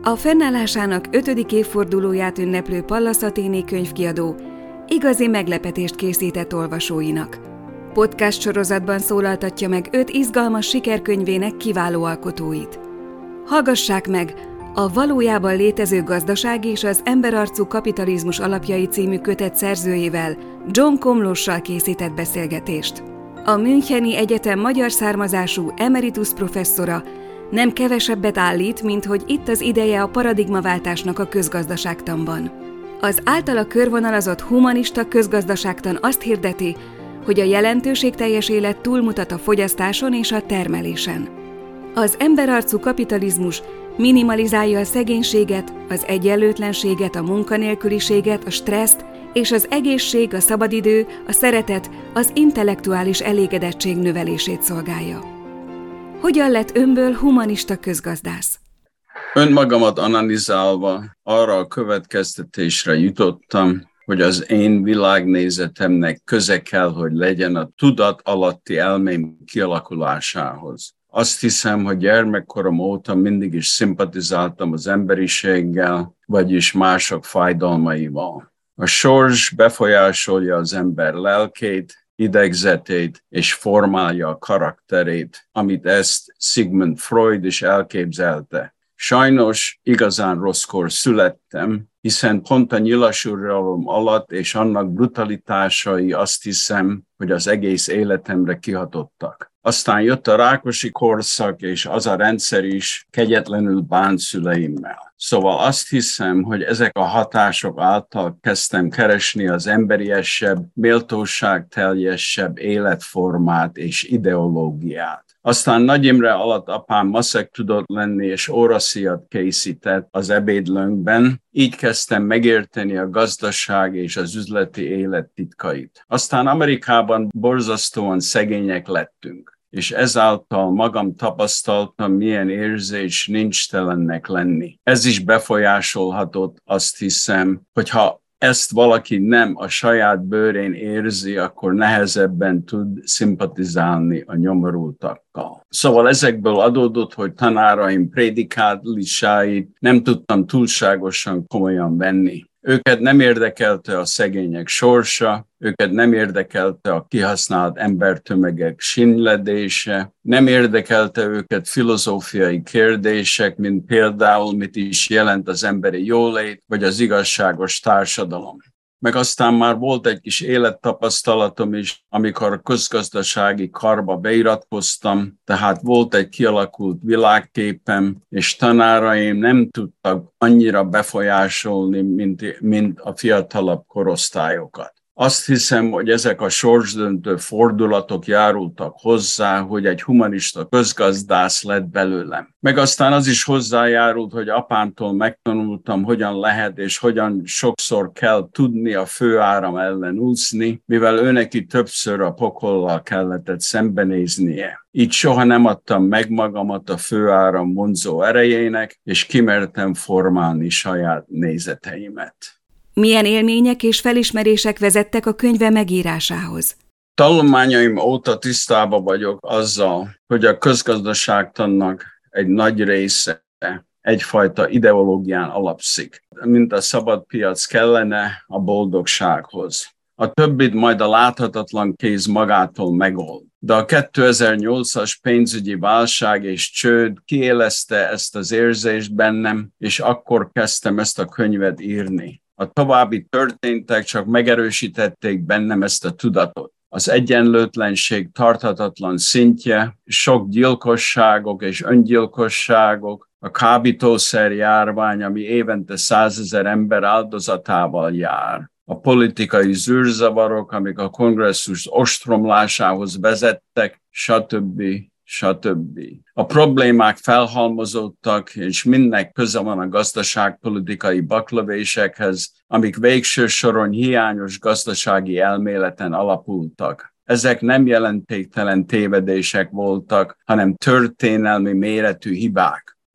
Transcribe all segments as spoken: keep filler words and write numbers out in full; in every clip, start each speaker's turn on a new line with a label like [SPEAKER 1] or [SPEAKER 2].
[SPEAKER 1] A fennállásának ötödik évfordulóját ünneplő Pallas Athéné könyvkiadó igazi meglepetést készített olvasóinak. Podcast sorozatban szólaltatja meg öt izgalmas sikerkönyvének kiváló alkotóit. Hallgassák meg a Valójában létező gazdaság és az emberarcú kapitalizmus alapjai című kötet szerzőjével, John Komlossal készített beszélgetést. A Müncheni Egyetem magyar származású emeritus professzora nem kevesebbet állít, mint hogy itt az ideje a paradigmaváltásnak a közgazdaságtanban. Az általa körvonalazott humanista közgazdaságtan azt hirdeti, hogy a jelentőségteljes élet túlmutat a fogyasztáson és a termelésen. Az emberarcú kapitalizmus minimalizálja a szegénységet, az egyenlőtlenséget, a munkanélküliséget, a stresszt, és az egészség, a szabadidő, a szeretet, az intellektuális elégedettség növelését szolgálja. Hogyan lett önből humanista közgazdász?
[SPEAKER 2] Önmagamat analizálva arra a következtetésre jutottam, hogy az én világnézetemnek köze kell, hogy legyen a tudat alatti elmém kialakulásához. Azt hiszem, hogy gyermekkorom óta mindig is szimpatizáltam az emberiséggel, vagyis mások fájdalmaival. A sors befolyásolja az ember lelkét, idegzetét és formálja a karakterét, amit ezt Sigmund Freud is elképzelte. Sajnos igazán rosszkor születtem, hiszen pont a nyilasuralom alatt és annak brutalitásai azt hiszem, hogy az egész életemre kihatottak. Aztán jött a Rákosi korszak, és az a rendszer is kegyetlenül bánt szüleimmel. Szóval azt hiszem, hogy ezek a hatások által kezdtem keresni az emberiesebb, méltóságteljesebb életformát és ideológiát. Aztán Nagy Imre alatt apám maszek tudott lenni, és óraszíjat készített az ebédlőnkben. Így kezdtem megérteni a gazdaság és az üzleti élet titkait. Aztán Amerikában borzasztóan szegények lettünk, és ezáltal magam tapasztaltam, milyen érzés nincstelennek lenni. Ez is befolyásolhatott, azt hiszem, hogyha ezt valaki nem a saját bőrén érzi, akkor nehezebben tud szimpatizálni a nyomorultakkal. Szóval ezekből adódott, hogy tanáraim prédikálisáit nem tudtam túlságosan komolyan venni. Őket nem érdekelte a szegények sorsa, őket nem érdekelte a kihasznált embertömegek sínledése, nem érdekelte őket filozófiai kérdések, mint például mit is jelent az emberi jólét, vagy az igazságos társadalom. Meg aztán már volt egy kis élettapasztalatom is, amikor a közgazdasági karba beiratkoztam, tehát volt egy kialakult világképem, és tanáraim nem tudtak annyira befolyásolni, mint, mint a fiatalabb korosztályokat. Azt hiszem, hogy ezek a sorsdöntő fordulatok járultak hozzá, hogy egy humanista közgazdász lett belőlem. Meg aztán az is hozzájárult, hogy apámtól megtanultam, hogyan lehet és hogyan sokszor kell tudni a főáram ellen úszni, mivel őneki többször a pokollal kellett szembenéznie. Így soha nem adtam meg magamat a főáram vonzó erejének, és kimertem formálni saját nézeteimet.
[SPEAKER 1] Milyen élmények és felismerések vezettek a könyve megírásához?
[SPEAKER 2] Tanulmányaim óta tisztában vagyok azzal, hogy a közgazdaságtannak egy nagy része egyfajta ideológián alapszik, mint a szabad piac kellene a boldogsághoz. A többit majd a láthatatlan kéz magától megold. De a kétezer-nyolcas pénzügyi válság és csőd kiélezte ezt az érzést bennem, és akkor kezdtem ezt a könyvet írni. A további történtek csak megerősítették bennem ezt a tudatot. Az egyenlőtlenség tarthatatlan szintje, sok gyilkosságok és öngyilkosságok, a kábítószer járvány, ami évente százezer ember áldozatával jár, a politikai zűrzavarok, amik a kongresszus ostromlásához vezettek, stb. stb. A problémák felhalmozódtak, és mindnek köze van a gazdaságpolitikai baklavésekhez, amik végső soron hiányos gazdasági elméleten alapultak. Ezek nem jelentéktelen tévedések voltak, hanem történelmi méretű hibák.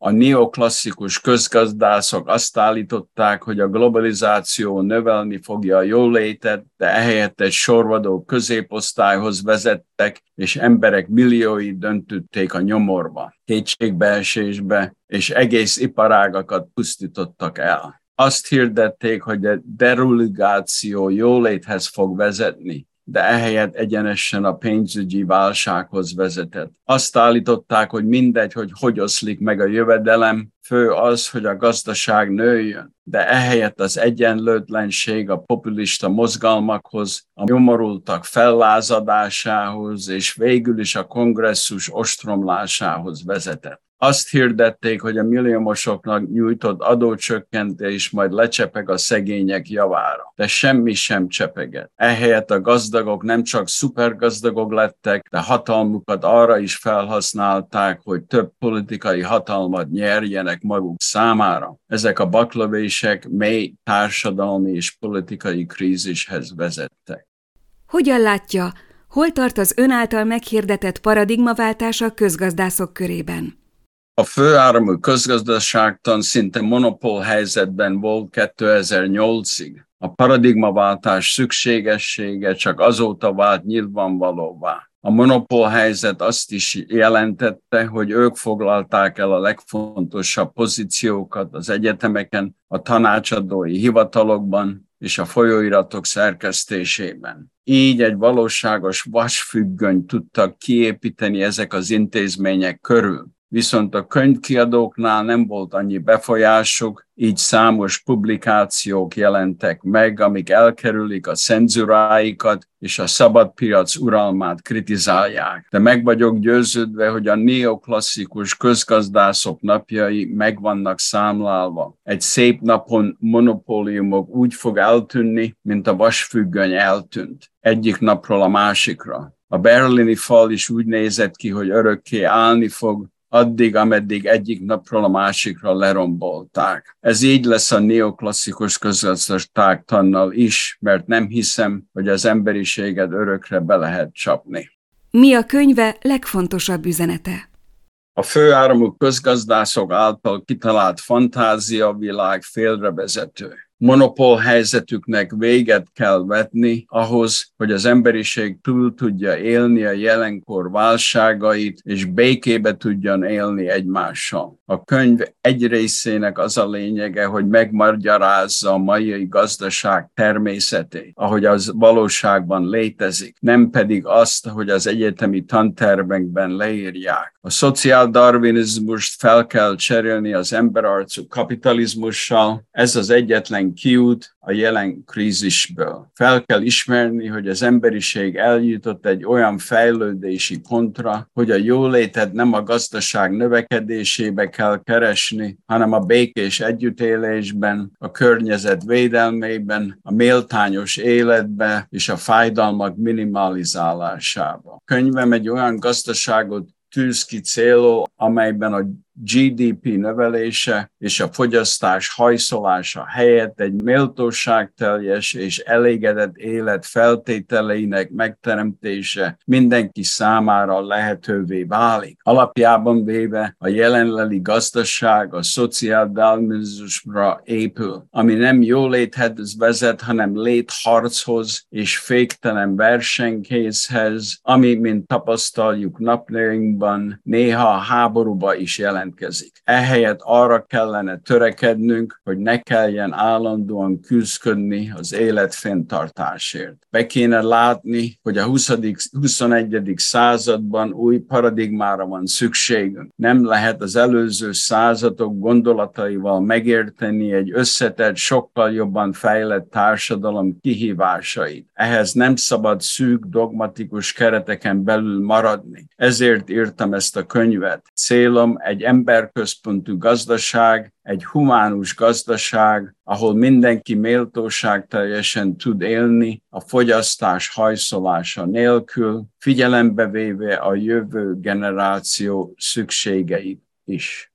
[SPEAKER 2] A neoklasszikus közgazdászok azt állították, hogy a globalizáció növelni fogja a jólétet, de ehelyett egy sorvadó középosztályhoz vezettek, és emberek milliói döntötték a nyomorba, kétségbeesésbe, és egész iparágakat pusztítottak el. Azt hirdették, hogy a dereguláció jóléthez fog vezetni, de ehelyett egyenesen a pénzügyi válsághoz vezetett. Azt állították, hogy mindegy, hogy hogy oszlik meg a jövedelem, fő az, hogy a gazdaság nőjön, de ehelyett az egyenlőtlenség a populista mozgalmakhoz, a nyomorultak fellázadásához és végül is a kongresszus ostromlásához vezetett. Azt hirdették, hogy a milliómosoknak nyújtott adócsökkentés majd lecsepeg a szegények javára, de semmi sem csepeget. Ehelyett a gazdagok nem csak szupergazdagok lettek, de hatalmukat arra is felhasználták, hogy több politikai hatalmat nyerjenek maguk számára. Ezek a baklövések mély társadalmi és politikai krízishez vezettek.
[SPEAKER 1] Hogyan látja, hol tart az ön által meghirdetett paradigmaváltás a közgazdászok körében?
[SPEAKER 2] A főáramú közgazdaságtan szinte monopól helyzetben volt kétezer-nyolcig. A paradigmaváltás szükségessége csak azóta vált nyilvánvalóvá. A monopól helyzet azt is jelentette, hogy ők foglalták el a legfontosabb pozíciókat az egyetemeken, a tanácsadói hivatalokban és a folyóiratok szerkesztésében. Így egy valóságos vasfüggönyt tudtak kiépíteni ezek az intézmények körül. Viszont a könyvkiadóknál nem volt annyi befolyásuk, így számos publikációk jelentek meg, amik elkerülik a cenzúráikat és a szabad piac uralmát kritizálják. De meg vagyok győződve, hogy a neoklasszikus közgazdászok napjai meg vannak számlálva. Egy szép napon monopóliumok úgy fog eltűnni, mint a vasfüggöny eltűnt. Egyik napról a másikra. A berlini fal is úgy nézett ki, hogy örökké állni fog, addig, ameddig egyik napról a másikra lerombolták. Ez így lesz a neoklasszikus közgazdaságtannal is, mert nem hiszem, hogy az emberiséget örökre be lehet csapni.
[SPEAKER 1] Mi a könyve legfontosabb üzenete?
[SPEAKER 2] A főáramú közgazdászok által kitalált fantáziavilág félrevezető. Monopól helyzetüknek véget kell vetni ahhoz, hogy az emberiség túl tudja élni a jelenkor válságait, és békébe tudjon élni egymással. A könyv egy részének az a lényege, hogy megmagyarázza a mai gazdaság természetét, ahogy az valóságban létezik, nem pedig azt, hogy az egyetemi tantervekben leírják. A szociáldarwinizmust fel kell cserélni az emberarcú kapitalizmussal, ez az egyetlen kiút a jelen krízisből. Fel kell ismerni, hogy az emberiség eljutott egy olyan fejlődési pontra, hogy a jólétet nem a gazdaság növekedésébe kell keresni, hanem a békés együttélésben, a környezet védelmében, a méltányos életbe és a fájdalmak minimalizálásába. A könyvem egy olyan gazdaságot tűz ki célul, amelyben a gé dé pé növelése és a fogyasztás hajszolása helyett egy méltóságteljes és elégedett élet feltételeinek megteremtése mindenki számára lehetővé válik. Alapjában véve a jelenlegi gazdaság a szociáldarwinizmusra épül, ami nem jóléthez vezet, hanem létharchoz és féktelen versenykészhez, ami, mint tapasztaljuk napjainkban, néha a háborúba is jelent. Ehelyett arra kellene törekednünk, hogy ne kelljen állandóan küzdködni az élet fenntartásért. Be kéne látni, hogy a huszadik huszonegyedik században új paradigmára van szükségünk. Nem lehet az előző századok gondolataival megérteni egy összetett, sokkal jobban fejlett társadalom kihívásait. Ehhez nem szabad szűk, dogmatikus kereteken belül maradni. Ezért írtam ezt a könyvet. Célom egy emberközpontú gazdaság, egy humánus gazdaság, ahol mindenki méltóságteljesen tud élni, a fogyasztás hajszolása nélkül, figyelembe véve a jövő generáció szükségeit is.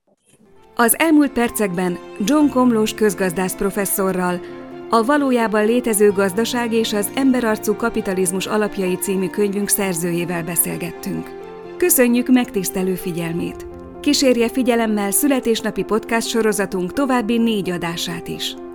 [SPEAKER 1] Az elmúlt percekben John Komlós közgazdász professzorral a Valójában létező gazdaság és az emberarcú kapitalizmus alapjai című könyvünk szerzőjével beszélgettünk. Köszönjük megtisztelő figyelmét! Kísérje figyelemmel születésnapi podcast sorozatunk további négy adását is.